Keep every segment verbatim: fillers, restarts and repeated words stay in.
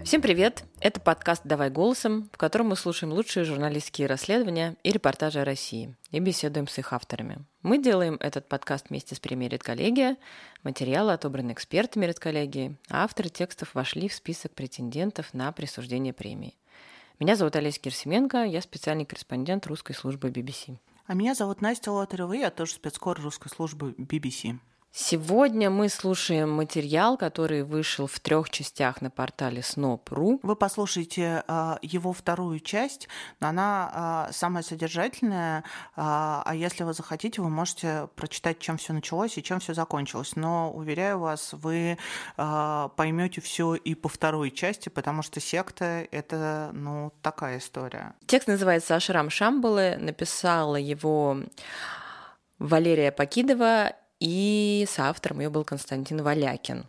Всем привет! Это подкаст «Давай голосом», в котором мы слушаем лучшие журналистские расследования и репортажи о России и беседуем с их авторами. Мы делаем этот подкаст вместе с премией «Редколлегия». Материалы отобраны экспертами «Редколлегии», а авторы текстов вошли в список претендентов на присуждение премии. Меня зовут Олеся Герсименко, я специальный корреспондент русской службы би би си. А меня зовут Настя Лотарева, я тоже спецкор русской службы би би си. Сегодня мы слушаем материал, который вышел в трех частях на портале сноп точка ру. Вы послушаете э, его вторую часть, но она э, самая содержательная, э, а если вы захотите, вы можете прочитать, чем все началось и чем все закончилось. Но, уверяю вас, вы э, поймете все и по второй части, потому что секта — это, ну, такая история. Текст называется «Ашрам Шамбалы», написала его Валерия Покидова, и соавтором ее был Константин Валякин.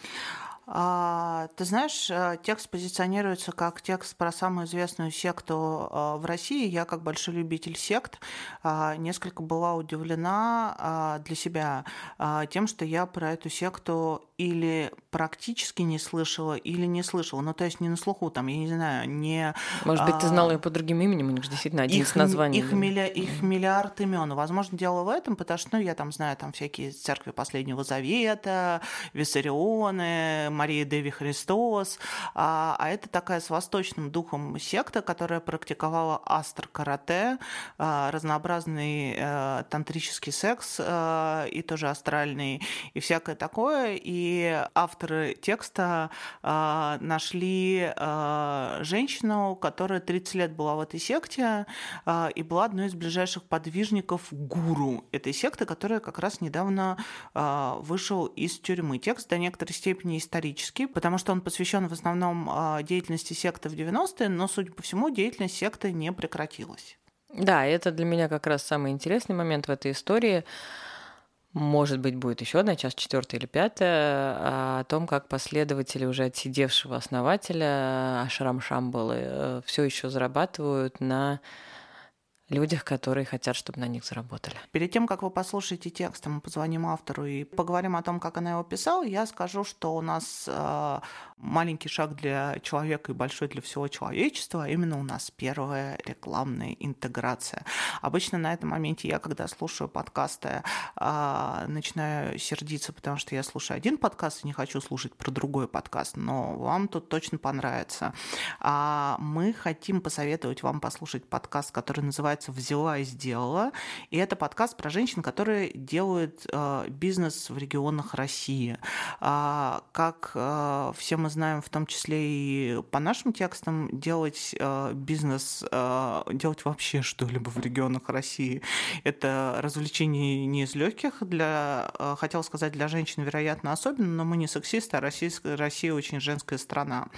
А, ты знаешь, текст позиционируется как текст про самую известную секту в России. Я, как большой любитель сект, несколько была удивлена для себя тем, что я про эту секту или практически не слышала, или не слышала. Ну, то есть не на слуху, там, я не знаю, не... Может быть, ты знала ее под другим именем, у них же действительно один из названий. Их, милли... их миллиард имен. Возможно, дело в этом, потому что, ну, я там знаю там всякие церкви Последнего Завета, Виссарионы, Мария Деви Христос, а, а это такая с восточным духом секта, которая практиковала астр-карате, а, разнообразный а, тантрический секс а, и тоже астральный, и всякое такое. И авторы текста а, нашли а, женщину, которая тридцать лет была в этой секте а, и была одной из ближайших подвижников гуру этой секты, которая как раз недавно а, вышел из тюрьмы. Текст до некоторой степени исторический, потому что он посвящен в основном деятельности секты в девяностые, но, судя по всему, деятельность секты не прекратилась. Да, это для меня как раз самый интересный момент в этой истории. Может быть, будет еще одна часть, четвертая или пятая, о том, как последователи уже отсидевшего основателя Ашрам Шамбалы все еще зарабатывают на людях, которые хотят, чтобы на них заработали. Перед тем, как вы послушаете текст, мы позвоним автору и поговорим о том, как она его писала, я скажу, что у нас э, маленький шаг для человека и большой для всего человечества, а именно у нас первая рекламная интеграция. Обычно на этом моменте я, когда слушаю подкасты, э, начинаю сердиться, потому что я слушаю один подкаст и не хочу слушать про другой подкаст, но вам тут точно понравится. А мы хотим посоветовать вам послушать подкаст, который называется «Взяла и сделала». И это подкаст про женщин, которые делают э, бизнес в регионах России. А, как э, все мы знаем, в том числе и по нашим текстам, делать э, бизнес, э, делать вообще что-либо в регионах России – это развлечение не из легких. Для, э, хотела сказать, для женщин, вероятно, особенно, но мы не сексисты, а Россия, Россия очень женская страна.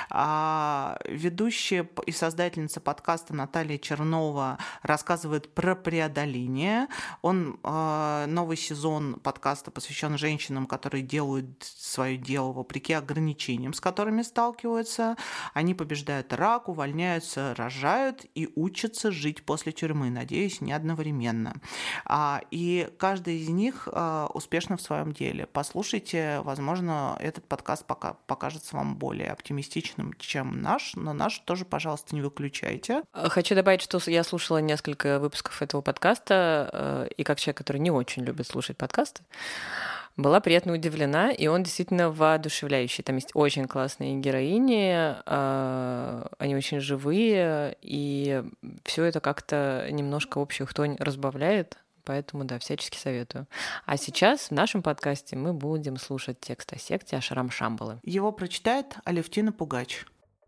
А ведущая и создательница подкаста Наталья Чернова рассказывает про преодоление. Он, э, новый сезон подкаста посвящен женщинам, которые делают свое дело вопреки ограничениям, с которыми сталкиваются. Они побеждают рак, увольняются, рожают и учатся жить после тюрьмы, надеюсь, не одновременно. А, и каждый из них э, успешно в своем деле. Послушайте, возможно, этот подкаст пока покажется вам более оптимистичным, чем наш, но наш тоже, пожалуйста, не выключайте. Хочу добавить, что я слушала несколько выпусков этого подкаста, и как человек, который не очень любит слушать подкасты, была приятно удивлена, и он действительно воодушевляющий. Там есть очень классные героини, они очень живые, и все это как-то немножко общую хтонь разбавляет, поэтому, да, всячески советую. А сейчас в нашем подкасте мы будем слушать текст о секте Ашрам Шамбалы. Его прочитает Алевтина Пугач.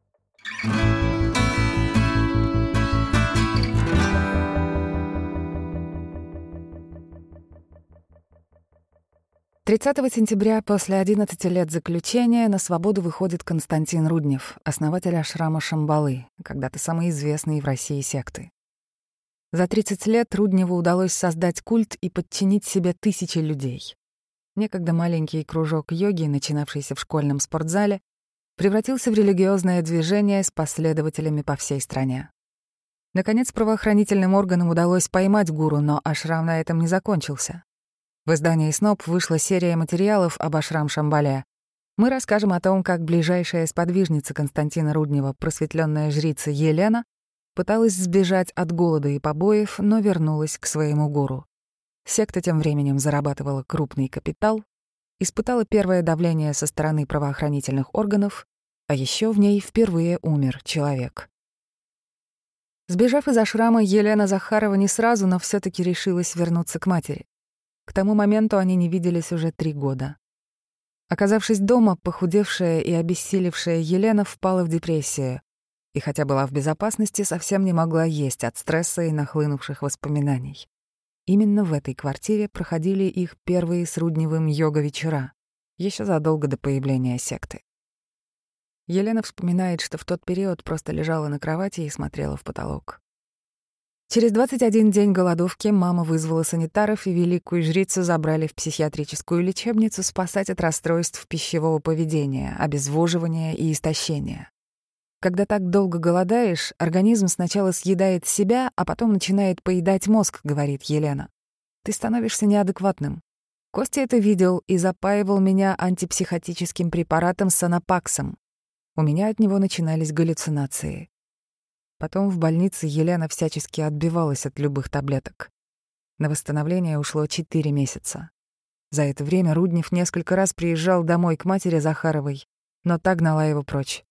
тридцатого сентября после одиннадцати лет заключения на свободу выходит Константин Руднев, основатель Ашрама Шамбалы, когда-то самой известной в России секты. За тридцать лет Рудневу удалось создать культ и подчинить себе тысячи людей. Некогда маленький кружок йоги, начинавшийся в школьном спортзале, превратился в религиозное движение с последователями по всей стране. Наконец, правоохранительным органам удалось поймать гуру, но ашрам на этом не закончился. В издании сноп вышла серия материалов об Ашрам Шамбале, Мы расскажем о том, как ближайшая сподвижница Константина Руднева, просветленная жрица Елена, пыталась сбежать от голода и побоев, но вернулась к своему гуру. Секта тем временем зарабатывала крупный капитал, испытала первое давление со стороны правоохранительных органов, а еще в ней впервые умер человек. Сбежав из ашрама, Елена Захарова не сразу, но все таки решилась вернуться к матери. К тому моменту они не виделись уже три года. Оказавшись дома, похудевшая и обессилевшая Елена впала в депрессию и, хотя была в безопасности, совсем не могла есть от стресса и нахлынувших воспоминаний. Именно в этой квартире проходили их первые с Рудневым йога-вечера, еще задолго до появления секты. Елена вспоминает, что в тот период просто лежала на кровати и смотрела в потолок. Через двадцать один день голодовки мама вызвала санитаров, и великую жрицу забрали в психиатрическую лечебницу спасать от расстройств пищевого поведения, обезвоживания и истощения. Когда так долго голодаешь, организм сначала съедает себя, а потом начинает поедать мозг, говорит Елена. Ты становишься неадекватным. Костя это видел и запаивал меня антипсихотическим препаратом Сонапаксом. У меня от него начинались галлюцинации. Потом в больнице Елена всячески отбивалась от любых таблеток. На восстановление ушло четыре месяца. За это время Руднев несколько раз приезжал домой к матери Захаровой, но та гнала его прочь.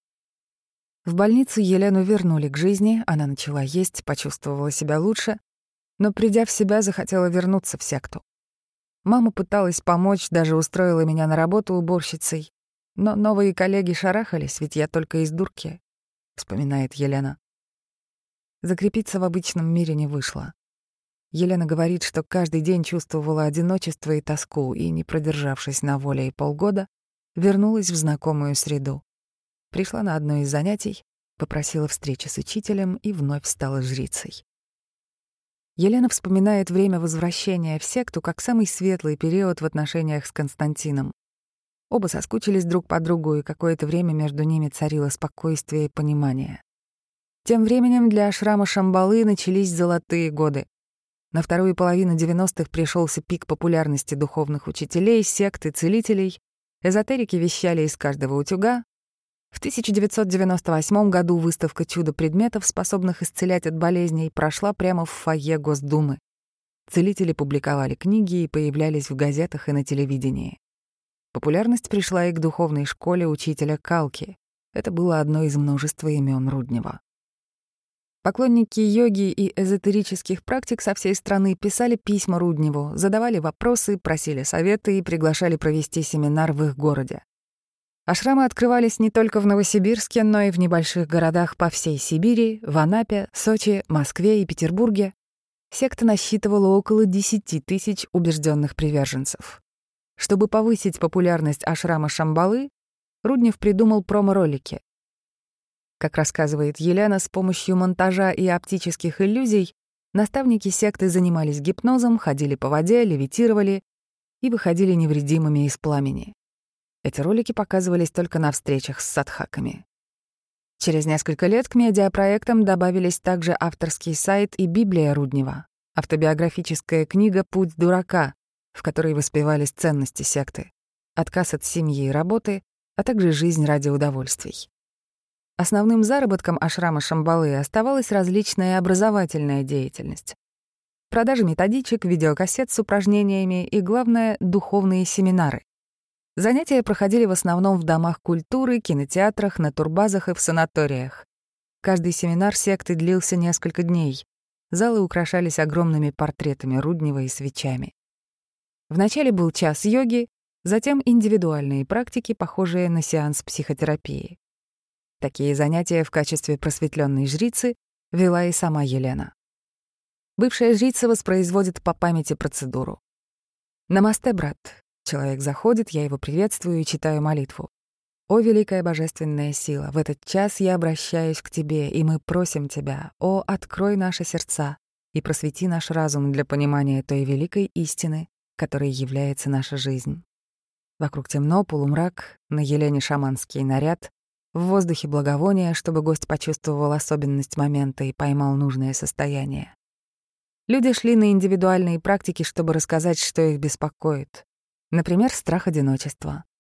В больницу Елену вернули к жизни, она начала есть, почувствовала себя лучше, но, придя в себя, захотела вернуться в секту. Мама пыталась помочь, даже устроила меня на работу уборщицей, но новые коллеги шарахались, ведь я только из дурки, вспоминает Елена. Закрепиться в обычном мире не вышло. Елена говорит, что каждый день чувствовала одиночество и тоску, и, не продержавшись на воле и полгода, вернулась в знакомую среду. Пришла на одно из занятий, попросила встречи с учителем и вновь стала жрицей. Елена вспоминает время возвращения в секту как самый светлый период в отношениях с Константином. Оба соскучились друг по другу, и какое-то время между ними царило спокойствие и понимание. Тем временем для ашрама Шамбалы начались золотые годы. На вторую половину девяностых пришелся пик популярности духовных учителей, сект и целителей. Эзотерики вещали из каждого утюга. В тысяча девятьсот девяносто восьмом году выставка чудо-предметов, способных исцелять от болезней, прошла прямо в фойе Госдумы. Целители публиковали книги и появлялись в газетах и на телевидении. Популярность пришла и к духовной школе учителя Калки. Это было одно из множества имен Руднева. Поклонники йоги и эзотерических практик со всей страны писали письма Рудневу, задавали вопросы, просили советы и приглашали провести семинар в их городе. Ашрамы открывались не только в Новосибирске, но и в небольших городах по всей Сибири, в Анапе, Сочи, Москве и Петербурге. Секта насчитывала около десяти тысяч убежденных приверженцев. Чтобы повысить популярность ашрама Шамбалы, Руднев придумал промо-ролики. Как рассказывает Елена, с помощью монтажа и оптических иллюзий наставники секты занимались гипнозом, ходили по воде, левитировали и выходили невредимыми из пламени. Эти ролики показывались только на встречах с садхаками. Через несколько лет к медиапроектам добавились также авторский сайт и Библия Руднева, автобиографическая книга «Путь дурака», в которой воспевались ценности секты, отказ от семьи и работы, а также жизнь ради удовольствий. Основным заработком ашрама Шамбалы оставалась различная образовательная деятельность. Продажа методичек, видеокассет с упражнениями и, главное, духовные семинары. Занятия проходили в основном в домах культуры, кинотеатрах, на турбазах и в санаториях. Каждый семинар секты длился несколько дней. Залы украшались огромными портретами Руднева и свечами. Вначале был час йоги, затем индивидуальные практики, похожие на сеанс психотерапии. Такие занятия в качестве просветленной жрицы вела и сама Елена. Бывшая жрица воспроизводит по памяти процедуру. «Намасте, брат». Человек заходит, я его приветствую и читаю молитву. «О, великая божественная сила, в этот час я обращаюсь к тебе, и мы просим тебя, о, открой наши сердца и просвети наш разум для понимания той великой истины, которой является наша жизнь». Вокруг темно, полумрак, на Елене шаманский наряд, в воздухе благовония, чтобы гость почувствовал особенность момента и поймал нужное состояние. Люди шли на индивидуальные практики, чтобы рассказать, что их беспокоит. Например, страх одиночества.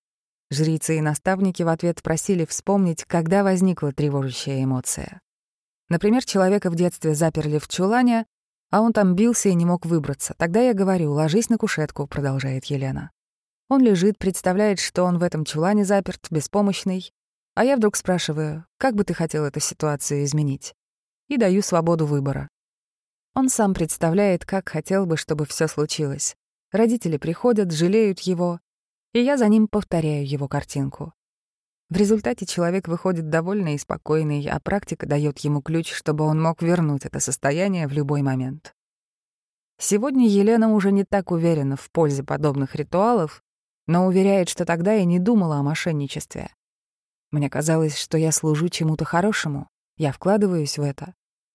Жрицы и наставники в ответ просили вспомнить, когда возникла тревожащая эмоция. Например, человека в детстве заперли в чулане, а он там бился и не мог выбраться. Тогда я говорю: «Ложись на кушетку», — продолжает Елена. Он лежит, представляет, что он в этом чулане заперт, беспомощный. А я вдруг спрашиваю: «Как бы ты хотел эту ситуацию изменить?» И даю свободу выбора. Он сам представляет, как хотел бы, чтобы все случилось. Родители приходят, жалеют его, и я за ним повторяю его картинку. В результате человек выходит довольный и спокойный, а практика дает ему ключ, чтобы он мог вернуть это состояние в любой момент. Сегодня Елена уже не так уверена в пользе подобных ритуалов, но уверяет, что тогда я не думала о мошенничестве. Мне казалось, что я служу чему-то хорошему, я вкладываюсь в это.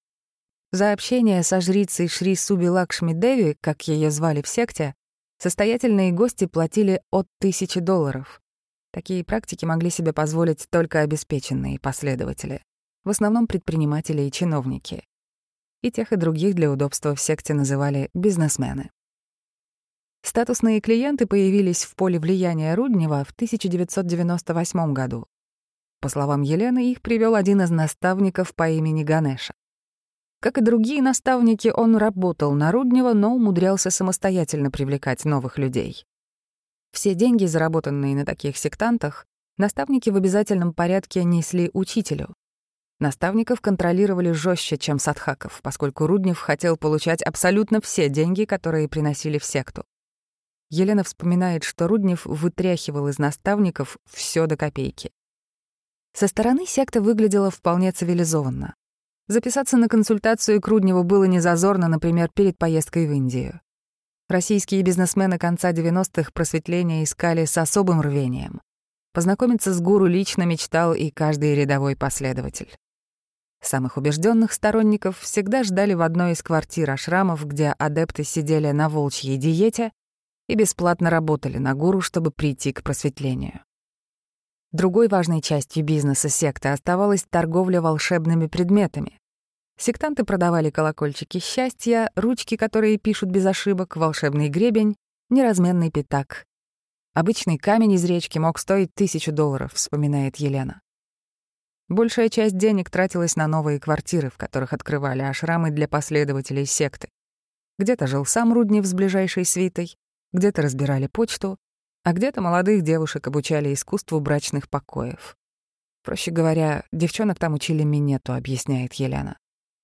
За общение со жрицей Шри Суби Лакшми Деви, как ее звали в секте, состоятельные гости платили от тысячи долларов. Такие практики могли себе позволить только обеспеченные последователи, в основном предприниматели и чиновники. И тех, и других для удобства в секте называли бизнесмены. Статусные клиенты появились в поле влияния Руднева в тысяча девятьсот девяносто восьмом году. По словам Елены, их привел один из наставников по имени Ганеша. Как и другие наставники, он работал на Руднева, но умудрялся самостоятельно привлекать новых людей. Все деньги, заработанные на таких сектантах, наставники в обязательном порядке несли учителю. Наставников контролировали жестче, чем садхаков, поскольку Руднев хотел получать абсолютно все деньги, которые приносили в секту. Елена вспоминает, что Руднев вытряхивал из наставников все до копейки. Со стороны секта выглядела вполне цивилизованно. Записаться на консультацию к Рудневу было незазорно, например, перед поездкой в Индию. Российские бизнесмены конца девяностых просветления искали с особым рвением. Познакомиться с гуру лично мечтал и каждый рядовой последователь. Самых убежденных сторонников всегда ждали в одной из квартир ашрамов, где адепты сидели на волчьей диете и бесплатно работали на гуру, чтобы прийти к просветлению. Другой важной частью бизнеса секты оставалась торговля волшебными предметами. Сектанты продавали колокольчики счастья, ручки, которые пишут без ошибок, волшебный гребень, неразменный пятак. Обычный камень из речки мог стоить тысячу долларов, вспоминает Елена. Большая часть денег тратилась на новые квартиры, в которых открывали ашрамы для последователей секты. Где-то жил сам Руднев с ближайшей свитой, где-то разбирали почту, а где-то молодых девушек обучали искусству брачных покоев. Проще говоря, девчонок там учили минету, объясняет Елена.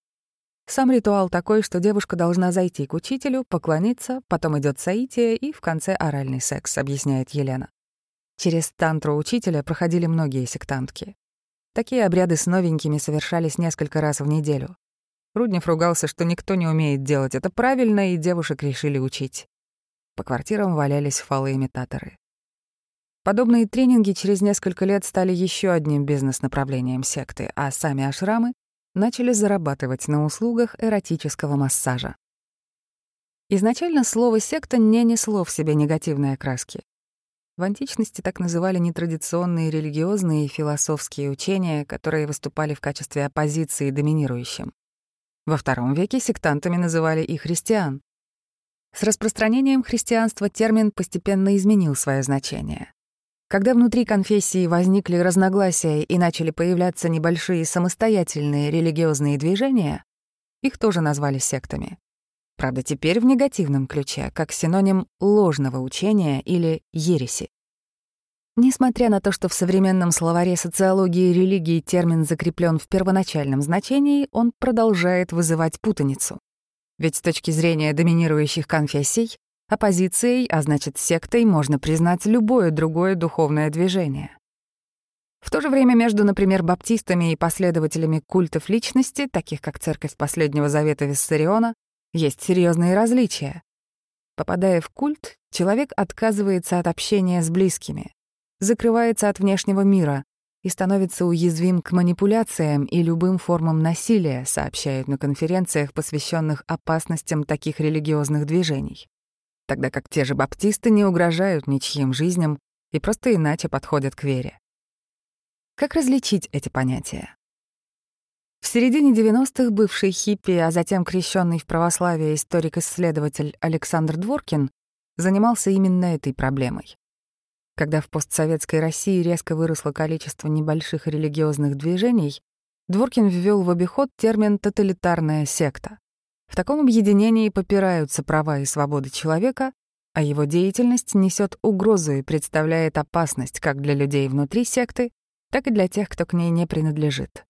Сам ритуал такой, что девушка должна зайти к учителю, поклониться, потом идет саития и в конце оральный секс, объясняет Елена. Через тантру учителя проходили многие сектантки. Такие обряды с новенькими совершались несколько раз в неделю. Руднев ругался, что никто не умеет делать это правильно, и девушек решили учить. По квартирам валялись фалоимитаторы. Подобные тренинги через несколько лет стали еще одним бизнес-направлением секты, а сами ашрамы начали зарабатывать на услугах эротического массажа. Изначально слово «секта» не несло в себе негативной окраски. В античности так называли нетрадиционные религиозные и философские учения, которые выступали в качестве оппозиции доминирующим. Во втором веке сектантами называли и христиан. С распространением христианства термин постепенно изменил свое значение. Когда внутри конфессии возникли разногласия и начали появляться небольшие самостоятельные религиозные движения, их тоже назвали сектами. Правда, теперь в негативном ключе, как синоним ложного учения или ереси. Несмотря на то, что в современном словаре социологии и религии термин закреплен в первоначальном значении, он продолжает вызывать путаницу. Ведь с точки зрения доминирующих конфессий, оппозицией, а значит сектой, можно признать любое другое духовное движение. В то же время между, например, баптистами и последователями культов личности, таких как Церковь Последнего Завета Виссариона, есть серьезные различия. Попадая в культ, человек отказывается от общения с близкими, закрывается от внешнего мира и становится уязвим к манипуляциям и любым формам насилия, сообщают на конференциях, посвященных опасностям таких религиозных движений. Тогда как те же баптисты не угрожают ничьим жизням и просто иначе подходят к вере. Как различить эти понятия? В середине девяностых бывший хиппи, а затем крещенный в православие историк-исследователь Александр Дворкин занимался именно этой проблемой. Когда в постсоветской России резко выросло количество небольших религиозных движений, Дворкин ввел в обиход термин «тоталитарная секта». В таком объединении попираются права и свободы человека, а его деятельность несет угрозу и представляет опасность как для людей внутри секты, так и для тех, кто к ней не принадлежит.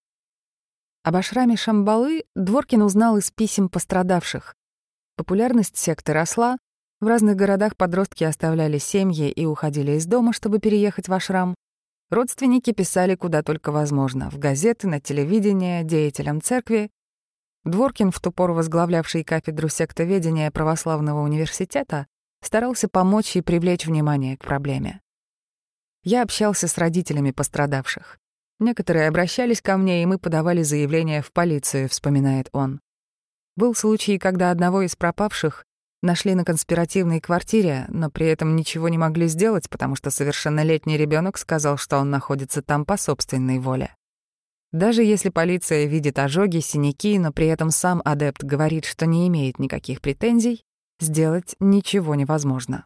Об ашраме Шамбалы Дворкин узнал из писем пострадавших. Популярность секты росла, в разных городах подростки оставляли семьи и уходили из дома, чтобы переехать в ашрам. Родственники писали куда только возможно — в газеты, на телевидение, деятелям церкви. Дворкин, в ту пору возглавлявший кафедру сектоведения православного университета, старался помочь и привлечь внимание к проблеме. Я общался с родителями пострадавших. Некоторые обращались ко мне, и мы подавали заявление в полицию, вспоминает он. Был случай, когда одного из пропавших нашли на конспиративной квартире, но при этом ничего не могли сделать, потому что совершеннолетний ребенок сказал, что он находится там по собственной воле. Даже если полиция видит ожоги, синяки, но при этом сам адепт говорит, что не имеет никаких претензий, сделать ничего невозможно.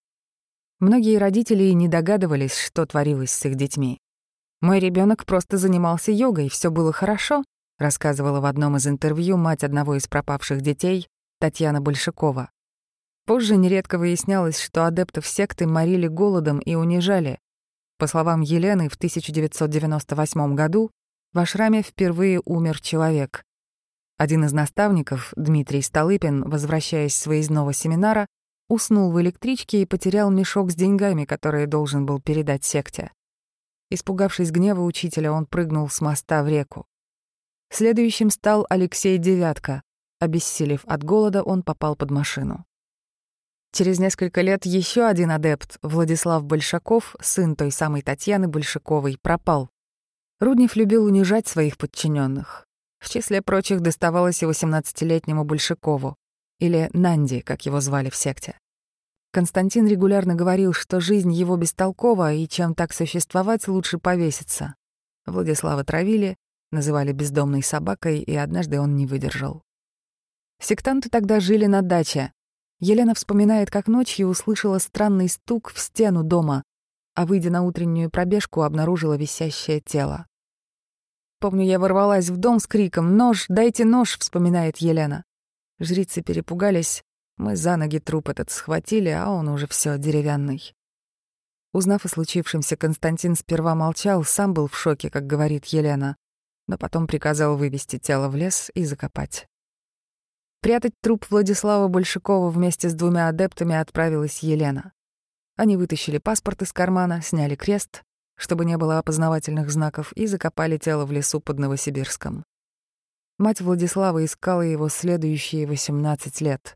Многие родители и не догадывались, что творилось с их детьми. «Мой ребенок просто занимался йогой, все было хорошо», рассказывала в одном из интервью мать одного из пропавших детей, Татьяна Большакова. Позже нередко выяснялось, что адептов секты морили голодом и унижали. По словам Елены, в тысяча девятьсот девяносто восьмом году в ашраме впервые умер человек. Один из наставников, Дмитрий Столыпин, возвращаясь с выездного семинара, уснул в электричке и потерял мешок с деньгами, который должен был передать секте. Испугавшись гнева учителя, он прыгнул с моста в реку. Следующим стал Алексей Девятко. Обессилев от голода, он попал под машину. Через несколько лет еще один адепт, Владислав Большаков, сын той самой Татьяны Большаковой, пропал. Руднев любил унижать своих подчиненных. В числе прочих доставалось и восемнадцатилетнему Большакову, или Нанди, как его звали в секте. Константин регулярно говорил, что жизнь его бестолкова, и чем так существовать, лучше повеситься. Владислава травили, называли бездомной собакой, и однажды он не выдержал. Сектанты тогда жили на даче. Елена вспоминает, как ночью услышала странный стук в стену дома, а, выйдя на утреннюю пробежку, обнаружила висящее тело. «Помню, я ворвалась в дом с криком «Нож! Дайте нож!» — вспоминает Елена. Жрицы перепугались, мы за ноги труп этот схватили, а он уже все деревянный. Узнав о случившемся, Константин сперва молчал, сам был в шоке, как говорит Елена, но потом приказал вывести тело в лес и закопать. Прятать труп Владислава Большакова вместе с двумя адептами отправилась Елена. Они вытащили паспорт из кармана, сняли крест, чтобы не было опознавательных знаков, и закопали тело в лесу под Новосибирском. Мать Владислава искала его следующие восемнадцать лет.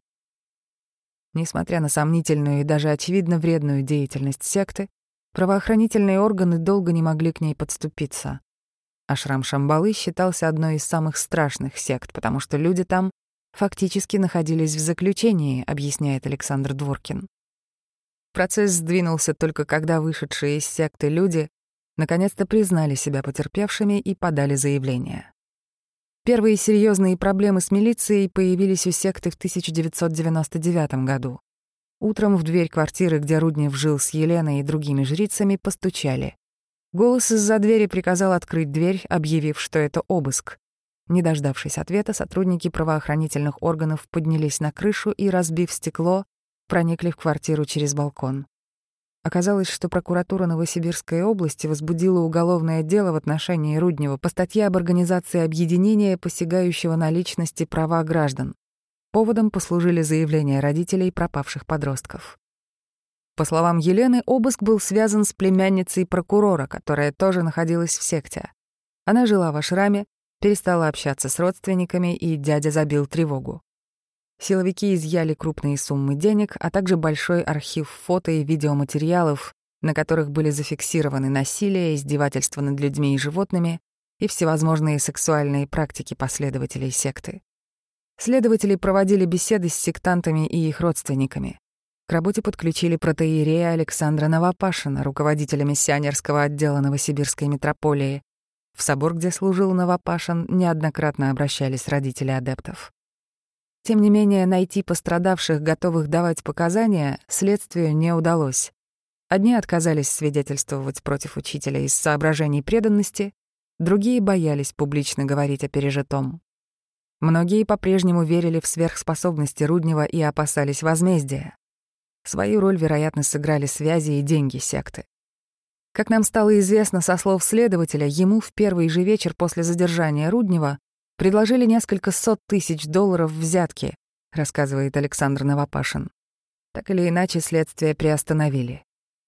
Несмотря на сомнительную и даже очевидно вредную деятельность секты, правоохранительные органы долго не могли к ней подступиться. Ашрам Шамбалы считался одной из самых страшных сект, потому что люди там фактически находились в заключении, объясняет Александр Дворкин. Процесс сдвинулся только когда вышедшие из секты люди наконец-то признали себя потерпевшими и подали заявление. Первые серьезные проблемы с милицией появились у секты в тысяча девятьсот девяносто девятом году. Утром в дверь квартиры, где Руднев жил с Еленой и другими жрицами, постучали. Голос из-за двери приказал открыть дверь, объявив, что это обыск. Не дождавшись ответа, сотрудники правоохранительных органов поднялись на крышу и, разбив стекло, проникли в квартиру через балкон. Оказалось, что прокуратура Новосибирской области возбудила уголовное дело в отношении Руднева по статье об организации объединения, посягающего на личности права граждан. Поводом послужили заявления родителей пропавших подростков. По словам Елены, обыск был связан с племянницей прокурора, которая тоже находилась в секте. Она жила в ашраме, перестала общаться с родственниками, и дядя забил тревогу. Силовики изъяли крупные суммы денег, а также большой архив фото и видеоматериалов, на которых были зафиксированы насилие, издевательства над людьми и животными и всевозможные сексуальные практики последователей секты. Следователи проводили беседы с сектантами и их родственниками. К работе подключили протоиерея Александра Новопашина, руководителя миссионерского отдела Новосибирской митрополии. В собор, где служил Новопашин, неоднократно обращались родители адептов. Тем не менее, найти пострадавших, готовых давать показания, следствию не удалось. Одни отказались свидетельствовать против учителя из соображений преданности, другие боялись публично говорить о пережитом. Многие по-прежнему верили в сверхспособности Руднева и опасались возмездия. Свою роль, вероятно, сыграли связи и деньги секты. Как нам стало известно со слов следователя, ему в первый же вечер после задержания Руднева предложили несколько сот тысяч долларов взятки, рассказывает Александр Новопашин. Так или иначе, следствие приостановили.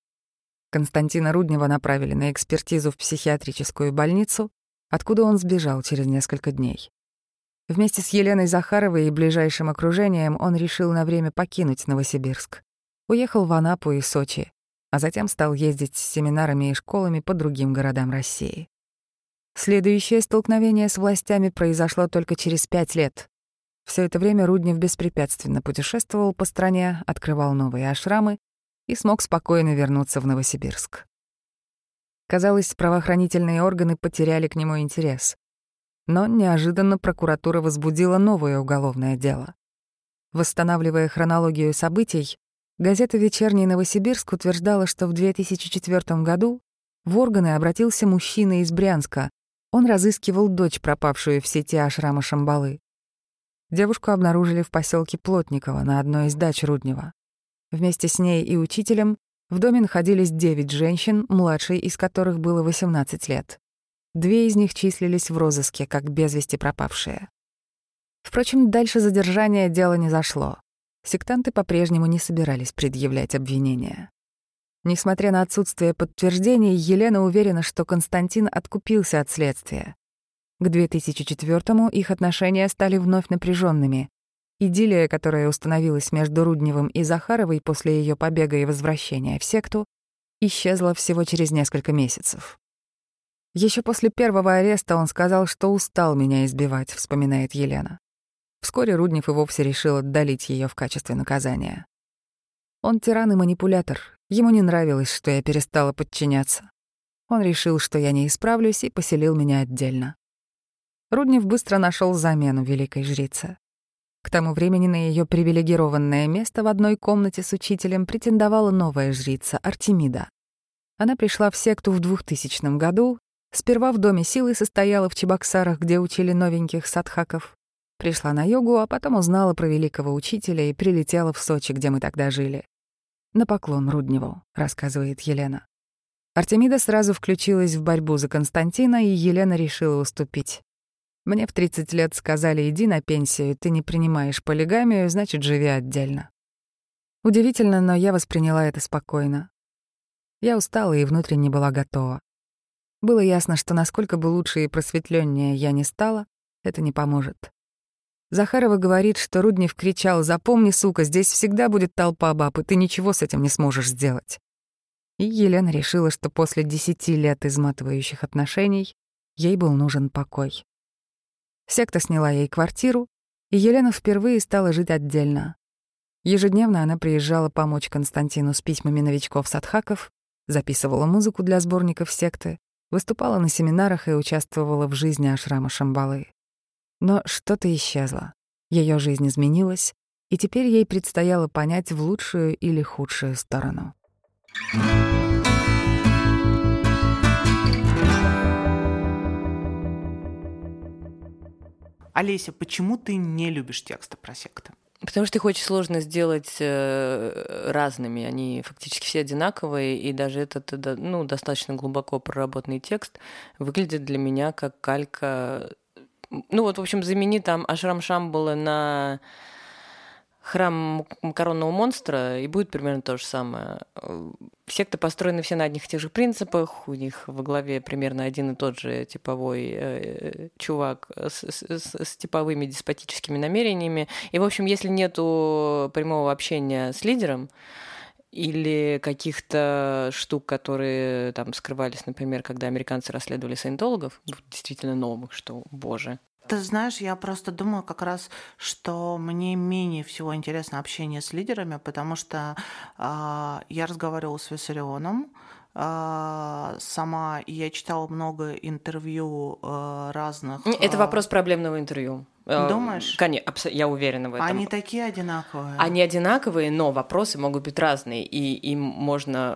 Константина Руднева направили на экспертизу в психиатрическую больницу, откуда он сбежал через несколько дней. Вместе с Еленой Захаровой и ближайшим окружением он решил на время покинуть Новосибирск. Уехал в Анапу и Сочи, а затем стал ездить с семинарами и школами по другим городам России. Следующее столкновение с властями произошло только через пять лет. Все это время Руднев беспрепятственно путешествовал по стране, открывал новые ашрамы и смог спокойно вернуться в Новосибирск. Казалось, правоохранительные органы потеряли к нему интерес. Но неожиданно прокуратура возбудила новое уголовное дело. Восстанавливая хронологию событий, газета «Вечерний Новосибирск» утверждала, что в две тысячи четвёртом году в органы обратился мужчина из Брянска. Он разыскивал дочь, пропавшую в сети ашрама Шамбалы. Девушку обнаружили в поселке Плотниково на одной из дач Руднева. Вместе с ней и учителем в доме находились девять женщин, младшей из которых было восемнадцать лет. Две из них числились в розыске, как без вести пропавшие. Впрочем, дальше задержания дело не зашло. Сектанты по-прежнему не собирались предъявлять обвинения. Несмотря на отсутствие подтверждений, Елена уверена, что Константин откупился от следствия. К две тысячи четвёртому их отношения стали вновь напряженными. Идиллия, которая установилась между Рудневым и Захаровой после ее побега и возвращения в секту, исчезла всего через несколько месяцев. Еще после первого ареста он сказал, что устал меня избивать, вспоминает Елена. Вскоре Руднев и вовсе решил отдалить ее в качестве наказания. Он тиран и манипулятор. Ему не нравилось, что я перестала подчиняться. Он решил, что я не исправлюсь, и поселил меня отдельно. Руднев быстро нашел замену великой жрице. К тому времени на ее привилегированное место в одной комнате с учителем претендовала новая жрица Артемида. Она пришла в секту в двухтысячном году. Сперва в Доме силы состояла в Чебоксарах, где учили новеньких садхаков. Пришла на йогу, а потом узнала про великого учителя и прилетела в Сочи, где мы тогда жили. На поклон Рудневу, рассказывает Елена. Артемида сразу включилась в борьбу за Константина, и Елена решила уступить. Мне в тридцать лет сказали: иди на пенсию, ты не принимаешь полигамию, значит, живи отдельно. Удивительно, но я восприняла это спокойно. Я устала и внутренне была готова. Было ясно, что насколько бы лучше и просветлённее я не стала, это не поможет. Захарова говорит, что Руднев кричал: «Запомни, сука, здесь всегда будет толпа баб, и ты ничего с этим не сможешь сделать». И Елена решила, что после десяти лет изматывающих отношений ей был нужен покой. Секта сняла ей квартиру, и Елена впервые стала жить отдельно. Ежедневно она приезжала помочь Константину с письмами новичков-садхаков, записывала музыку для сборников секты, выступала на семинарах и участвовала в жизни ашрама Шамбалы. Но что-то исчезло. Ее жизнь изменилась, и теперь ей предстояло понять, в лучшую или худшую сторону. Олеся, почему ты не любишь тексты про секты? Потому что их очень сложно сделать э, разными. Они фактически все одинаковые, и даже этот ну, достаточно глубоко проработанный текст выглядит для меня как калька. Ну вот, в общем, замени там ашрам Шамбалы на храм макаронного монстра, и будет примерно то же самое. Секты построены все на одних и тех же принципах, у них во главе примерно один и тот же типовой э, чувак с, с, с типовыми деспотическими намерениями. И, в общем, если нету прямого общения с лидером, или каких-то штук, которые там скрывались, например, когда американцы расследовали саентологов, действительно новых, что, боже. Ты знаешь, я просто думаю как раз, что мне менее всего интересно общение с лидерами, потому что э, я разговаривала с Виссарионом э, сама, и я читала много интервью э, разных. Э... Это вопрос проблемного интервью. Думаешь? Конечно, я уверена в этом. Они такие одинаковые. Они одинаковые, но вопросы могут быть разные, и им можно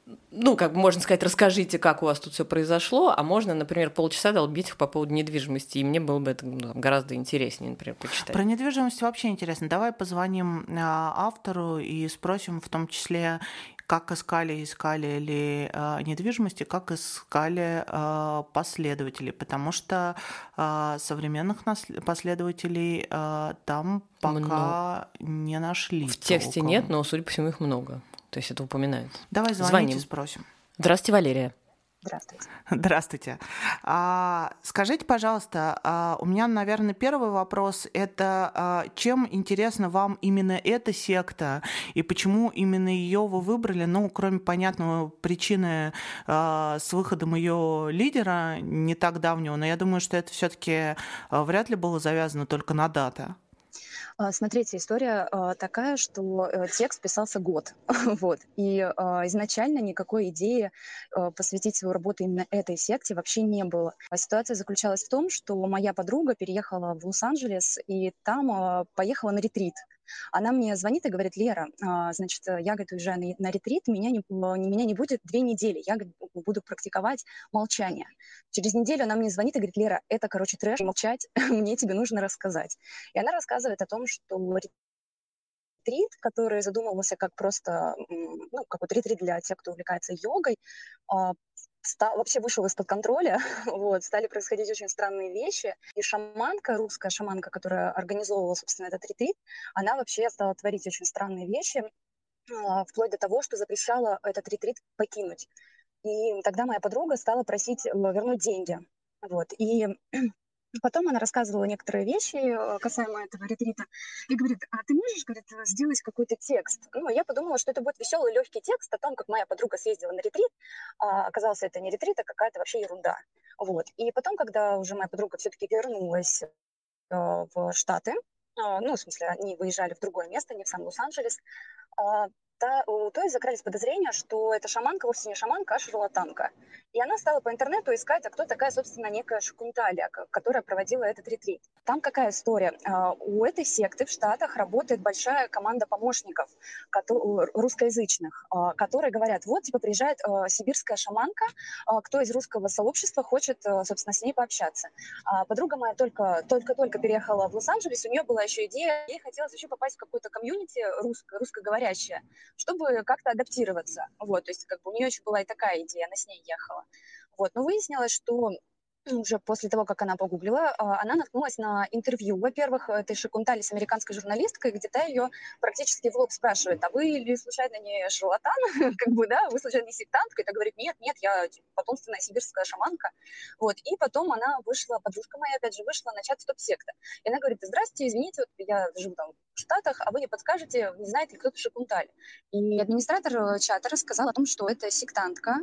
ну, как бы можно сказать, расскажите, как у вас тут все произошло, а можно, например, полчаса долбить их по поводу недвижимости, и мне было бы это ну, гораздо интереснее, например, почитать. Про недвижимость вообще интересно. Давай позвоним автору и спросим в том числе, как искали, искали ли э, недвижимость и как искали э, последователей, потому что э, современных наслед... последователей э, там пока много. Не нашли. В тексте нет, но, судя по всему, их много. То есть это упоминают. Давай звонить и спросим. Здравствуйте, Валерия. Здравствуйте. Здравствуйте. А, скажите, пожалуйста, а, у меня, наверное, первый вопрос – это а, чем интересна вам именно эта секта и почему именно ее вы выбрали? Ну, кроме понятного причины а, с выходом ее лидера не так давнего, но я думаю, что это все-таки а, вряд ли было завязано только на даты. Смотрите, история э, такая, что э, текст писался год, вот, и э, изначально никакой идеи э, посвятить свою работу именно этой секте вообще не было. А ситуация заключалась в том, что моя подруга переехала в Лос-Анджелес и там э, поехала на ретрит. Она мне звонит и говорит: Лера, а, значит, я, говорит, уезжаю на, на ретрит, меня не, меня не будет две недели, я, говорит, буду практиковать молчание. Через неделю она мне звонит и говорит: Лера, это, короче, трэш, молчать, мне тебе нужно рассказать. И она рассказывает о том, что ретрит, который задумывался как просто, ну, как вот ретрит для тех, кто увлекается йогой, стал, вообще вышел из-под контроля, вот, стали происходить очень странные вещи, и шаманка, русская шаманка, которая организовывала, собственно, этот ретрит, она вообще стала творить очень странные вещи, вплоть до того, что запрещала этот ретрит покинуть. И тогда моя подруга стала просить вернуть деньги, вот, и потом она рассказывала некоторые вещи касаемо этого ретрита и говорит: а ты можешь, говорит, сделать какой-то текст? Ну, я подумала, что это будет веселый, легкий текст о том, как моя подруга съездила на ретрит, а оказалось, это не ретрит, а какая-то вообще ерунда. Вот. И потом, когда уже моя подруга все-таки вернулась э, в Штаты, э, ну, в смысле, они выезжали в другое место, не в сам Лос-Анджелес, э, Та, у той закрылись подозрения, что эта шаманка вовсе не шаманка, а шарлатанка. И она стала по интернету искать, а кто такая, собственно, некая Шакунталия, которая проводила этот ретрит. Там какая история? У этой секты в Штатах работает большая команда помощников русскоязычных, которые говорят: вот, типа, приезжает сибирская шаманка, кто из русского сообщества хочет, собственно, с ней пообщаться. Подруга моя только, только-только переехала в Лос-Анджелес, у нее была еще идея, ей хотелось еще попасть в какое-то комьюнити русско- русскоговорящее, чтобы как-то адаптироваться. Вот, то есть как бы у нее еще была и такая идея, она с ней ехала. Вот, но выяснилось, что уже после того, как она погуглила, она наткнулась на интервью, во-первых, этой Шакунтали с американской журналисткой, где та ее практически в лоб спрашивает: а вы или случайно не шарлатан? Как бы, да, вы случайно не сектантка? И та говорит: нет, нет, я потомственная сибирская шаманка. Вот, и потом она вышла, подружка моя, опять же, вышла на чат «Стоп-секта». И она говорит: здравствуйте, извините, вот я живу там в Штатах, а вы не подскажете, не знаете ли кто-то Шакунтали? И администратор чата рассказал о том, что это сектантка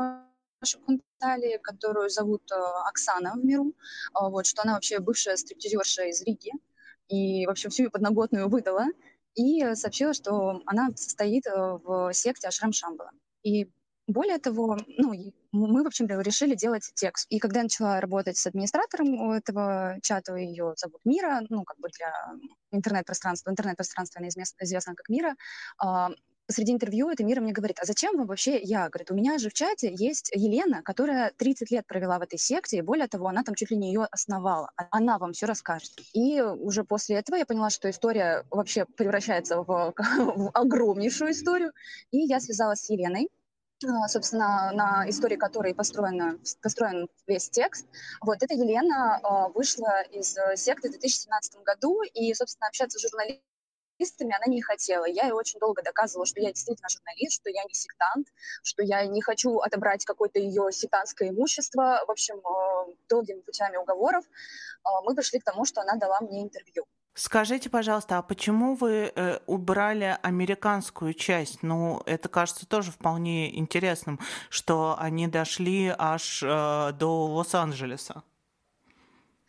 Шакунтали, которую зовут Оксана в миру, вот, что она вообще бывшая стриптизерша из Риги, и вообще всю ее подноготную выдала, и сообщила, что она состоит в секте Ашрам Шамбала. И более того, ну, мы, в общем-то, решили делать текст. И когда я начала работать с администратором этого чата, ее зовут Мира, ну, как бы для интернет-пространства, интернет-пространства она известна как Мира, посреди интервью эта Мира мне говорит: а зачем вам вообще я? Говорит: у меня же в чате есть Елена, которая тридцать лет провела в этой секте, и более того, она там чуть ли не ее основала. Она вам все расскажет. И уже после этого я поняла, что история вообще превращается в, в огромнейшую историю. И я связалась с Еленой, собственно, на истории которой построен, построен весь текст. Вот эта Елена э, вышла из секты в две тысячи семнадцатом году, и, собственно, общаться с журналистами она не хотела. Я ей очень долго доказывала, что я действительно журналист, что я не сектант, что я не хочу отобрать какое-то ее сектантское имущество. В общем, долгими путями уговоров мы пришли к тому, что она дала мне интервью. Скажите, пожалуйста, а почему вы э, убрали американскую часть? Ну, это кажется тоже вполне интересным, что они дошли аж э, до Лос-Анджелеса.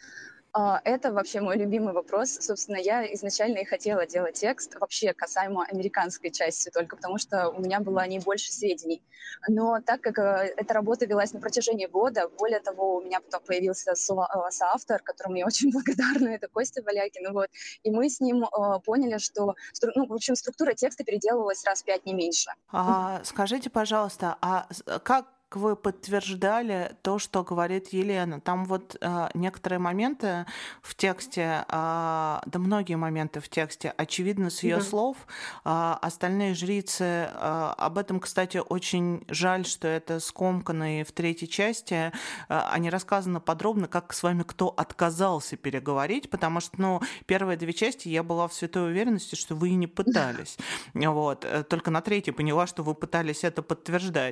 А, Это вообще мой любимый вопрос. Собственно, я изначально и хотела делать текст вообще касаемо американской части, только потому что у меня было о ней больше сведений. Но так как э, эта работа велась на протяжении года, более того, у меня потом появился со- э, соавтор, которому я очень благодарна, это Костя Валякин, вот, и мы с ним э, поняли, что, стру- ну, в общем, структура текста переделывалась раз в пять, не меньше. А, скажите, пожалуйста, а с- как вы подтверждали то, что говорит Елена? Там вот а, некоторые моменты в тексте, а, да многие моменты в тексте, очевидно, с ее Мгм. слов. А, остальные жрицы, а, об этом, кстати, очень жаль, что это скомкано и в третьей части. А, они рассказаны подробно, как с вами кто отказался переговорить, потому что, ну, первые две части я была в святой уверенности, что вы и не пытались. Вот. Э, Только на третьей поняла, что вы пытались это подтверждать.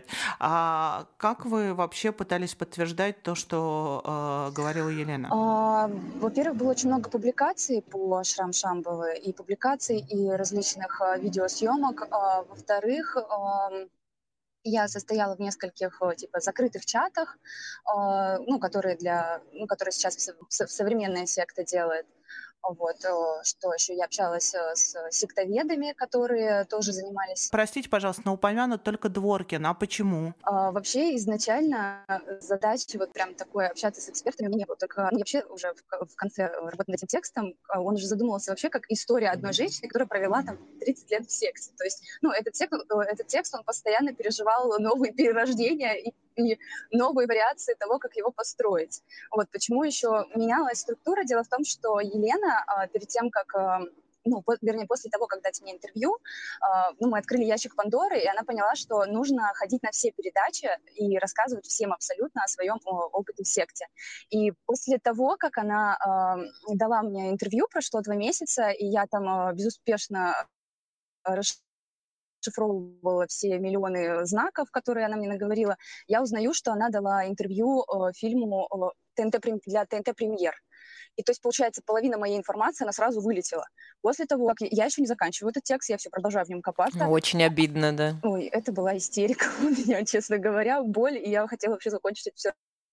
А как вы вообще пытались подтверждать то, что э, говорила Елена? А, Во-первых, было очень много публикаций по Шрам Шамбалы, и публикаций, и различных а, видеосъемок. А, Во-вторых, ам, я состояла в нескольких э, типа закрытых чатах, а, ну, которые для, ну, которые сейчас в в современная секта делает. Вот, э, что еще? Я общалась э, с сектоведами, которые тоже занимались. Простите, пожалуйста, но упомянут только Дворкин. А почему? А, Вообще изначально э, задачи вот прям такое общаться с экспертами у меня не было. Только ну, я вообще уже в, ко- в конце э, работы над этим текстом, а, он уже задумывался вообще как история одной женщины, которая провела там тридцать лет в секте. То есть, ну, этот текст, э, этот текст он постоянно переживал новые перерождения и, и новые вариации того, как его построить. Вот почему еще менялась структура. Дело в том, что Елена а, перед тем, как а, ну, по- вернее, после того, как дать мне интервью, а, ну, мы открыли ящик Пандоры, и она поняла, что нужно ходить на все передачи и рассказывать всем абсолютно о своем о, опыте в секте. И после того, как она а, дала мне интервью, прошло два месяца, и я там а, безуспешно расшифровывала все миллионы знаков, которые она мне наговорила, я узнаю, что она дала интервью э, фильму э, ТНТ, прем- для ТНТ «Премьер». И то есть, получается, половина моей информации, она сразу вылетела. После того, как я я еще не заканчиваю этот текст, я все продолжаю в нем копаться. Очень обидно, да. Ой, это была истерика у меня, честно говоря, боль, и я хотела вообще закончить это все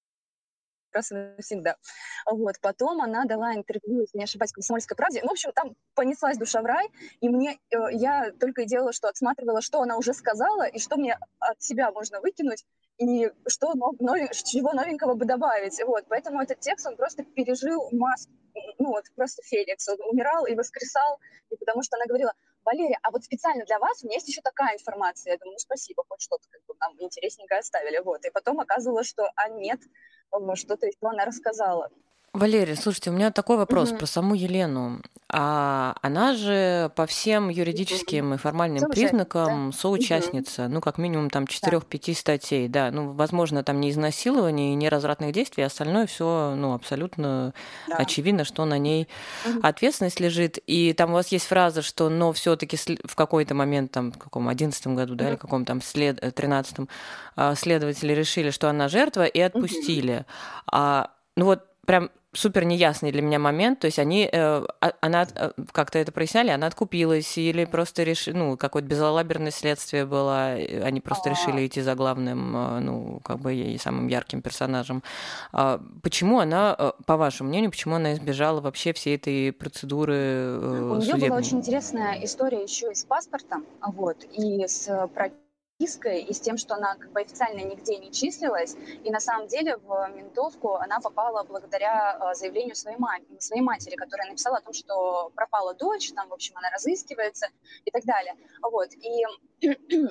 раз и навсегда. Вот. Потом она дала интервью, если не ошибаюсь, в «Комсомольской правде». Ну, в общем, там понеслась душа в рай, и мне, э, я только и делала, что отсматривала, что она уже сказала, и что мне от себя можно выкинуть, и что нов- нови- чего новенького бы добавить. Вот. Поэтому этот текст, он просто пережил массу, ну вот просто Феликс, он умирал и воскресал, и потому что она говорила: Валерия, а вот специально для вас у меня есть еще такая информация. Я думаю, ну спасибо, хоть что-то как бы нам интересненькое оставили. Вот. И потом оказывалось, что а нет, э, что-то еще она рассказала. Валерия, слушайте, у меня такой вопрос Мгм. про саму Елену. А она же по всем юридическим и формальным Соучастница, да? признакам Мгм. соучастница, ну, как минимум, там, Да. четырех-пяти статей, да. Ну, возможно, там не изнасилование и не развратных действий, а остальное все, ну, абсолютно Да. очевидно, что на ней Мгм. ответственность лежит. И там у вас есть фраза, что, но все таки в какой-то момент, там, в каком, одиннадцатом году, да, или Мгм. каком там, след... тринадцатом, а, следователи решили, что она жертва, и Мгм. отпустили. А, ну, вот прям супер неясный для меня момент, то есть они, э, а- она э, как-то это проясняли, она откупилась или просто решили, ну, какое-то безалаберное следствие было, э, они просто А, решили идти за главным, э, ну, как бы и самым ярким персонажем. А почему она, э, по вашему мнению, почему она избежала вообще всей этой процедуры У э, нее была судебной? очень интересная история еще и с паспортом, вот, и с э, пропиской, и с тем, что она как бы официально нигде не числилась. И на самом деле в ментовку она попала благодаря э, заявлению своей, маме, своей матери, которая написала о том, что пропала дочь, там, в общем, она разыскивается и так далее. Вот. И,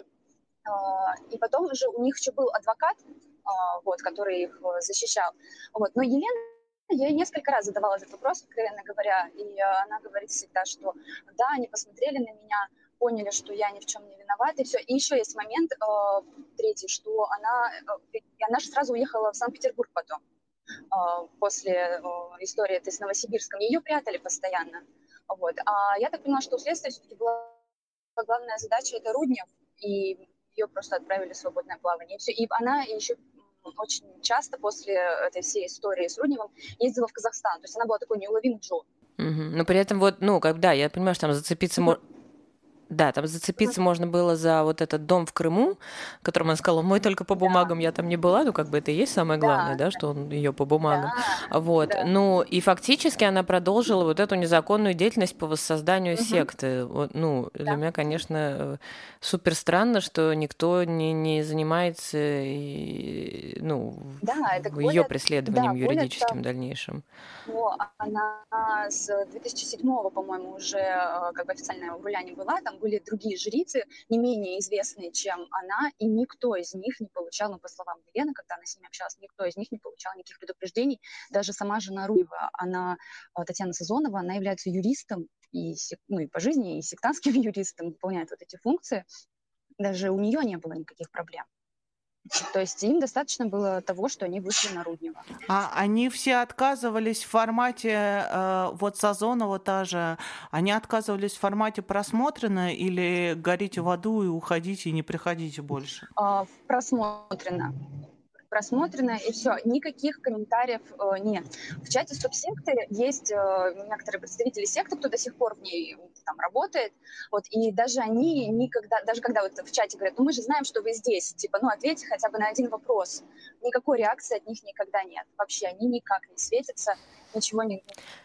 а, и потом уже у них еще был адвокат, а, вот, который их э, защищал. Вот. Но Елена, я ей несколько раз задавала этот вопрос, откровенно говоря, и э, она говорит всегда, что да, они посмотрели на меня, поняли, что я ни в чем не виновата, и все. И еще есть момент э, третий, что она, э, и она же сразу уехала в Санкт-Петербург потом, э, после э, истории этой с Новосибирском. Ее прятали постоянно. Вот. А я так поняла, что у следствия все-таки была главная задача — это Руднев, и ее просто отправили в свободное плавание. И, все. И она еще очень часто после этой всей истории с Рудневым ездила в Казахстан. То есть она была такой неуловимый Джо. Мгм. Но при этом вот, ну, как да, я понимаю, что там зацепиться Мгм. можно. Да, там зацепиться можно было за вот этот дом в Крыму, которым он сказал, мой только по бумагам, Да. я там не была, ну как бы это и есть самое главное, Да, да, что он ее по бумагам. да, Вот. да. Ну и фактически она продолжила вот эту незаконную деятельность по воссозданию Мгм. секты. Вот, ну, для Да. меня, конечно, супер странно, что никто не, не занимается и, ну, Да, это ее более, да, преследованием более юридическим дальнейшим. того, она с две тысячи седьмого, по-моему, уже э, как бы официально у руля не была, там были другие жрицы, не менее известные, чем она, и никто из них не получал, ну, по словам Елены, когда она с ними общалась, никто из них не получал никаких предупреждений. Даже сама жена Руднева, она, э, Татьяна Сазонова, она является юристом, и, сек- ну, и по жизни, и сектантским юристом, выполняет вот эти функции. Даже у нее не было никаких проблем. То есть им достаточно было того, что они вышли на Руднева. А они все отказывались в формате, э, вот Сазонова та же, они отказывались в формате просмотрено или горите в аду и уходите, и не приходите больше? А, просмотрено. Просмотрено, и все. Никаких комментариев э, нет. В чате стоп-секты есть э, некоторые представители секты, кто до сих пор в ней там работает. Вот, и даже они никогда, даже когда вот в чате говорят, ну мы же знаем, что вы здесь, типа, ну ответьте хотя бы на один вопрос. Никакой реакции от них никогда нет. Вообще, они никак не светятся, ничего не...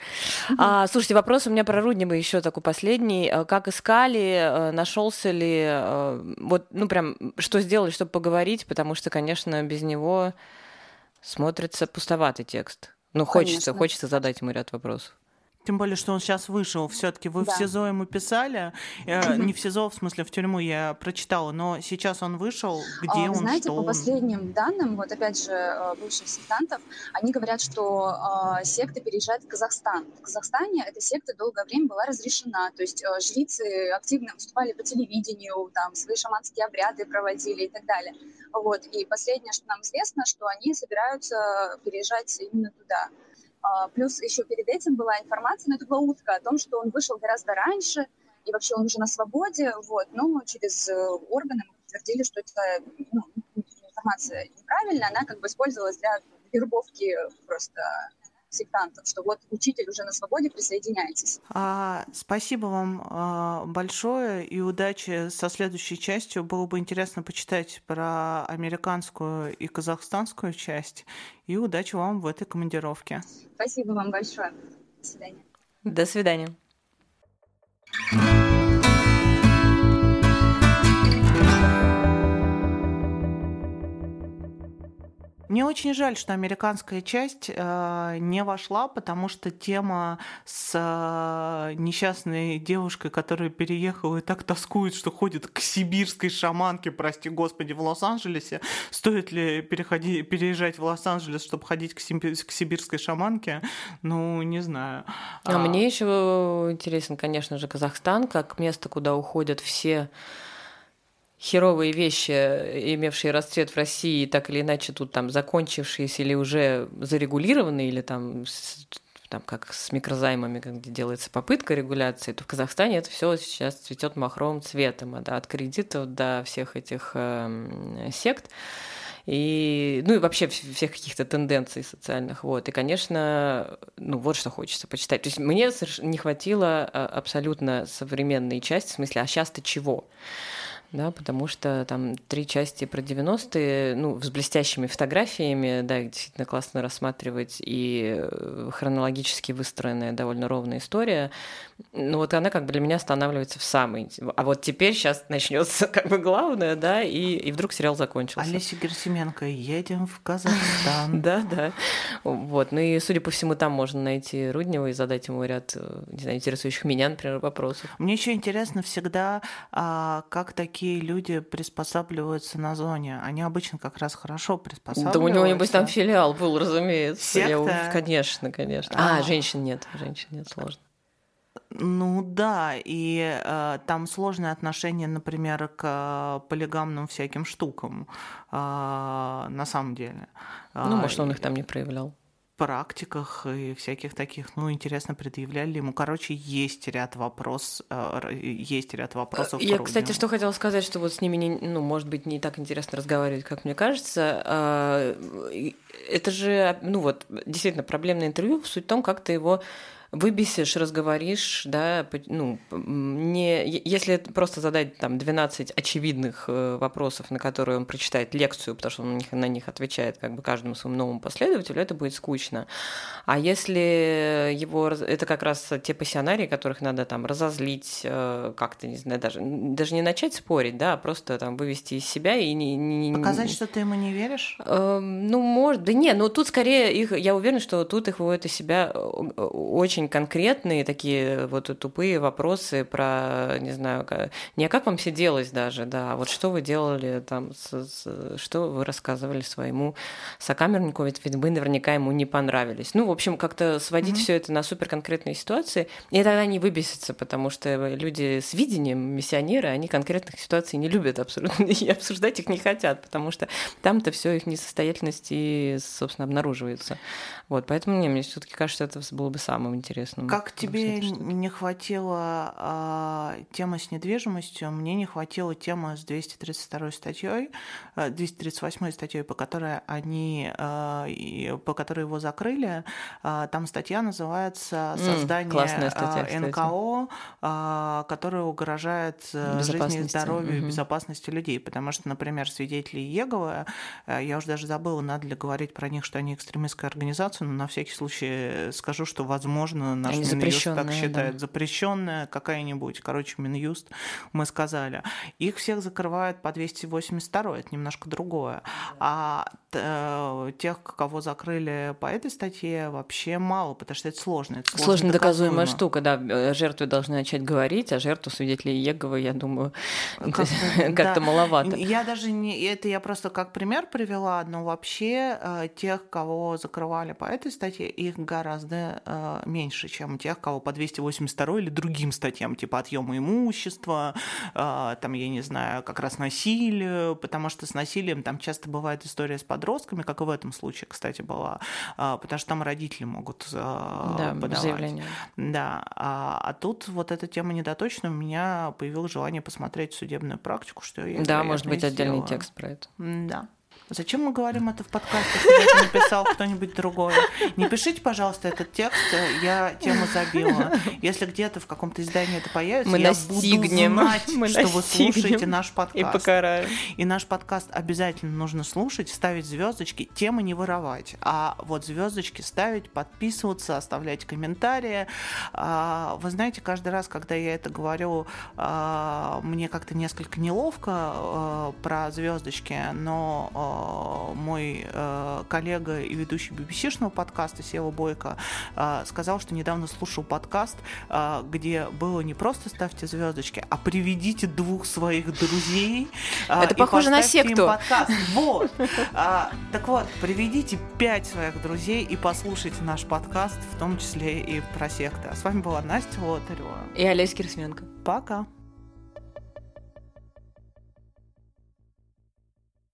А, слушайте, вопрос у меня про Руднева еще такой последний. А как искали, нашелся ли, э, вот, ну прям, что сделали, чтобы поговорить, потому что, конечно, без него смотрится пустоватый текст. Ну, хочется, Конечно. хочется задать ему ряд вопросов. Тем более, что он сейчас вышел. Все-таки вы в Да. СИЗО ему писали. Э, не в СИЗО, в смысле, в тюрьму я прочитала, но сейчас он вышел. Где А, вы он, знаете, что по он? последним данным, вот опять же, э, бывших сектантов, они говорят, что э, секта переезжает в Казахстан. В Казахстане эта секта долгое время была разрешена, то есть э, жрицы активно выступали по телевидению, там свои шаманские обряды проводили и так далее. Вот. И последнее, что нам известно, что они собираются переезжать именно туда. А, плюс еще перед этим была информация, но это была утка, о том, что он вышел гораздо раньше, и вообще он уже на свободе, вот, но через органы мы подтвердили, что это, ну, информация неправильная, она как бы использовалась для вербовки просто сектантов, что вот учитель уже на свободе, присоединяйтесь. А, спасибо вам а, большое и удачи со следующей частью. Было бы интересно почитать про американскую и казахстанскую часть. И удачи вам в этой командировке. Спасибо вам большое. До свидания. До свидания. Мне очень жаль, что американская часть э, не вошла, потому что тема с э, несчастной девушкой, которая переехала и так тоскует, что ходит к сибирской шаманке, прости господи, в Лос-Анджелесе. Стоит ли переходить, переезжать в Лос-Анджелес, чтобы ходить к, симби- к сибирской шаманке? Ну, не знаю. А, а мне еще интересен, конечно же, Казахстан, как место, куда уходят все херовые вещи, имевшие расцвет в России, так или иначе тут там закончившиеся или уже зарегулированные, или там, с, там как с микрозаймами, где делается попытка регуляции, то в Казахстане это все сейчас цветет махровым цветом, да, от кредитов до всех этих э, сект. И, ну и вообще всех каких-то тенденций социальных. Вот. И, конечно, ну вот что хочется почитать. То есть мне не хватило абсолютно современной части, в смысле, а сейчас-то чего? Да, потому что там три части про девяностые, ну, с блестящими фотографиями, да, их действительно классно рассматривать, и хронологически выстроенная довольно ровная история. Ну, вот она как бы для меня останавливается в самой. А вот теперь сейчас начнется как бы главное, да, и, и вдруг сериал закончился. Олеся Герсименко, едем в Казахстан. Да, да. Вот. Ну и, судя по всему, там можно найти Руднева и задать ему ряд, не знаю, интересующих меня, например, вопросов. Мне еще интересно всегда, как такие Такие люди приспосабливаются на зоне. Они обычно как раз хорошо приспосабливаются. Да у него, небось, там филиал был, разумеется. Секта? Я, конечно, конечно. А, а, женщин нет, женщин нет, сложно. Ну да, и э, там сложные отношения, например, к полигамным всяким штукам, э, на самом деле. Ну, может, он их там не проявлял. Практиках и всяких таких, ну, интересно, предъявляли ли ему. Короче, есть ряд вопрос, есть ряд вопросов. Я, кстати, что хотела сказать, что вот с ними, не, ну, может быть, не так интересно разговаривать, как мне кажется. Это же, ну вот, действительно, проблемное интервью. Суть в том, как ты его выбесишь, разговоришь, да, ну, не, если просто задать там двенадцать очевидных вопросов, на которые он прочитает лекцию, потому что он на них, на них отвечает как бы каждому своему новому последователю, это будет скучно. А если его, это как раз те пассионарии, которых надо там разозлить, как-то, не знаю, даже, даже не начать спорить, да, а просто там вывести из себя и не... не Показать, что ты ему не веришь? Э, ну, может, да не, но тут скорее их, я уверена, что тут их выводит из себя очень конкретные такие вот тупые вопросы про, не знаю, не как вам сиделось даже, да, а вот что вы делали там, с, с, что вы рассказывали своему сокамернику, ведь вы наверняка ему не понравились. Ну, в общем, как-то сводить mm-hmm. все это на суперконкретные ситуации, и тогда не выбесится, потому что люди с видением, миссионеры, они конкретных ситуаций не любят абсолютно, и обсуждать их не хотят, потому что там-то все их несостоятельность и, собственно, обнаруживается. Вот, поэтому мне, мне все-таки кажется, это было бы самым интересным. Как тебе не хватило а, темы с недвижимостью, мне не хватило темы с двести тридцать второй статьей, двести тридцать восьмой статьей, по которой они, а, по которой его закрыли. А, там статья называется «Создание mm, статья, эн ка о, а, которое угрожает жизни, здоровью и угу. безопасности людей». Потому что, например, свидетели Иеговы, я уже даже забыла, надо ли говорить про них, что они экстремистская организация, но на всякий случай скажу, что, возможно, наш они Минюст так считает, да. запрещенная какая-нибудь, короче, Минюст, мы сказали. Их всех закрывают по двести восемьдесят второй, это немножко другое. А э, тех, кого закрыли по этой статье, вообще мало, потому что это сложно. Это сложно, сложно доказуемая штука, да. Жертвы должны начать говорить, а жертву свидетелей Иеговы, я думаю, как-то, как-то да. маловато. Я даже не... Это я просто как пример привела, но вообще э, тех, кого закрывали по этой статье, их гораздо э, меньше, чем тех, кого по двести восемьдесят второй или другим статьям, типа отъема имущества, э, там, я не знаю, как раз насилию, потому что с насилием там часто бывает история с подростками, как и в этом случае, кстати, была, э, потому что там родители могут э, да, подавать. Заявление. Да, а, а тут вот эта тема недоточная, у меня появилось желание посмотреть судебную практику, что я, да, может быть, сделала. Отдельный текст про это. Да. Зачем мы говорим это в подкасте, чтобы это написал кто-нибудь другой? Не пишите, пожалуйста, этот текст, я тему забила. Если где-то в каком-то издании это появится, мы я настигнем. буду знать, мы что вы слушаете наш подкаст. И покараем. И наш подкаст обязательно нужно слушать, ставить звездочки, темы не воровать, а вот звездочки ставить, подписываться, оставлять комментарии. Вы знаете, каждый раз, когда я это говорю, мне как-то несколько неловко про звездочки, но мой э, коллега и ведущий би би си-шного подкаста Сева Бойко э, сказал, что недавно слушал подкаст, э, где было не просто ставьте звездочки, а приведите двух своих друзей. Э, Это похоже на секту. Вот. А, так вот, приведите пять своих друзей и послушайте наш подкаст, в том числе и про секты. А с вами была Настя Лотарева и Олеся Кирсменко. Пока.